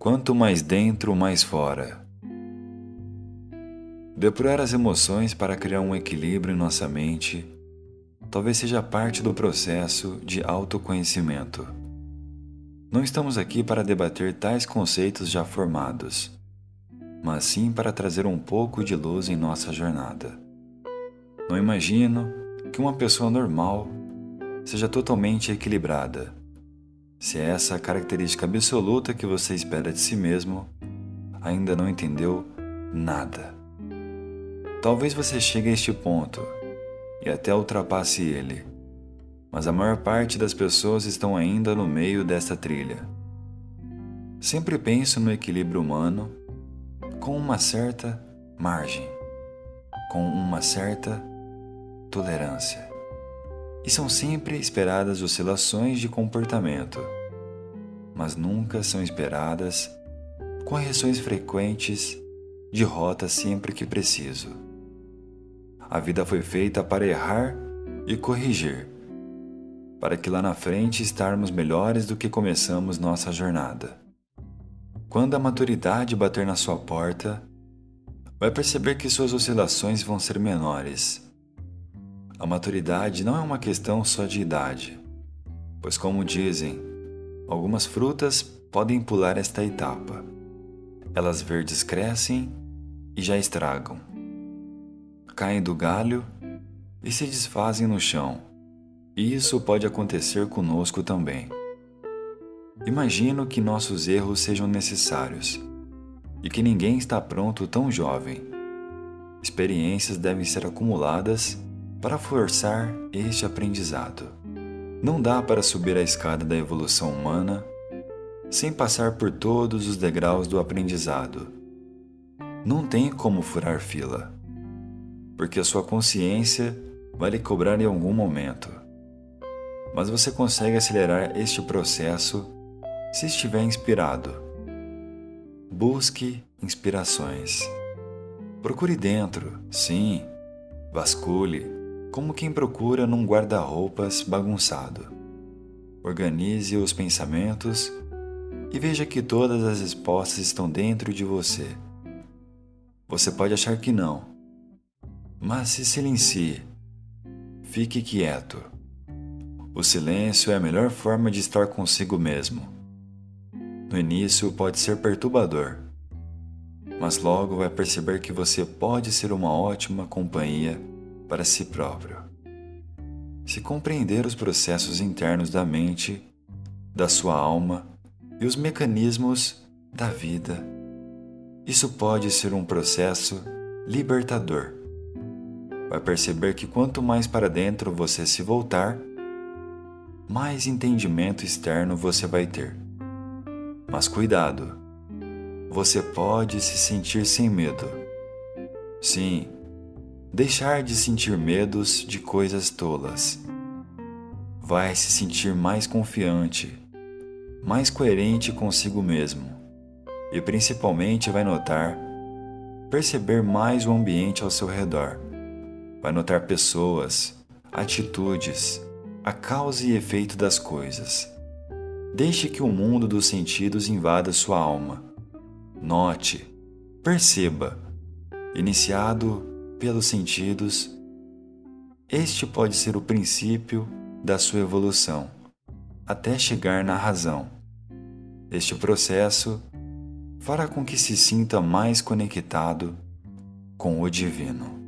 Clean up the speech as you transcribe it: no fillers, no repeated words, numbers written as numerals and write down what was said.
Quanto mais dentro, mais fora. Depurar as emoções para criar um equilíbrio em nossa mente talvez seja parte do processo de autoconhecimento. Não estamos aqui para debater tais conceitos já formados, mas sim para trazer um pouco de luz em nossa jornada. Não imagino que uma pessoa normal seja totalmente equilibrada. Se é essa a característica absoluta que você espera de si mesmo, ainda não entendeu nada. Talvez você chegue a este ponto e até ultrapasse ele, mas a maior parte das pessoas estão ainda no meio desta trilha. Sempre penso no equilíbrio humano com uma certa margem, com uma certa tolerância. E são sempre esperadas oscilações de comportamento, mas nunca são esperadas correções frequentes de rota sempre que preciso. A vida foi feita para errar e corrigir, para que lá na frente estarmos melhores do que começamos nossa jornada. Quando a maturidade bater na sua porta, vai perceber que suas oscilações vão ser menores. A maturidade não é uma questão só de idade, pois, como dizem, algumas frutas podem pular esta etapa. Elas verdes crescem e já estragam. Caem do galho e se desfazem no chão. E isso pode acontecer conosco também. Imagino que nossos erros sejam necessários e que ninguém está pronto tão jovem. Experiências devem ser acumuladas para forçar este aprendizado. Não dá para subir a escada da evolução humana sem passar por todos os degraus do aprendizado. Não tem como furar fila, porque a sua consciência vai lhe cobrar em algum momento. Mas você consegue acelerar este processo se estiver inspirado. Busque inspirações. Procure dentro, sim, vasculhe, como quem procura num guarda-roupas bagunçado. Organize os pensamentos e veja que todas as respostas estão dentro de você. Você pode achar que não, mas se silencie. Fique quieto. O silêncio é a melhor forma de estar consigo mesmo. No início pode ser perturbador, mas logo vai perceber que você pode ser uma ótima companhia para si próprio. Se compreender os processos internos da mente, da sua alma e os mecanismos da vida, isso pode ser um processo libertador. Vai perceber que quanto mais para dentro você se voltar, mais entendimento externo você vai ter. Mas cuidado, você pode se sentir sem medo. Sim, deixar de sentir medos de coisas tolas. Vai se sentir mais confiante, mais coerente consigo mesmo e principalmente vai perceber mais o ambiente ao seu redor. Vai notar pessoas, atitudes, a causa e efeito das coisas. Deixe que o mundo dos sentidos invada sua alma. Note, perceba, iniciado pelos sentidos, este pode ser o princípio da sua evolução, até chegar na razão. Este processo fará com que se sinta mais conectado com o divino.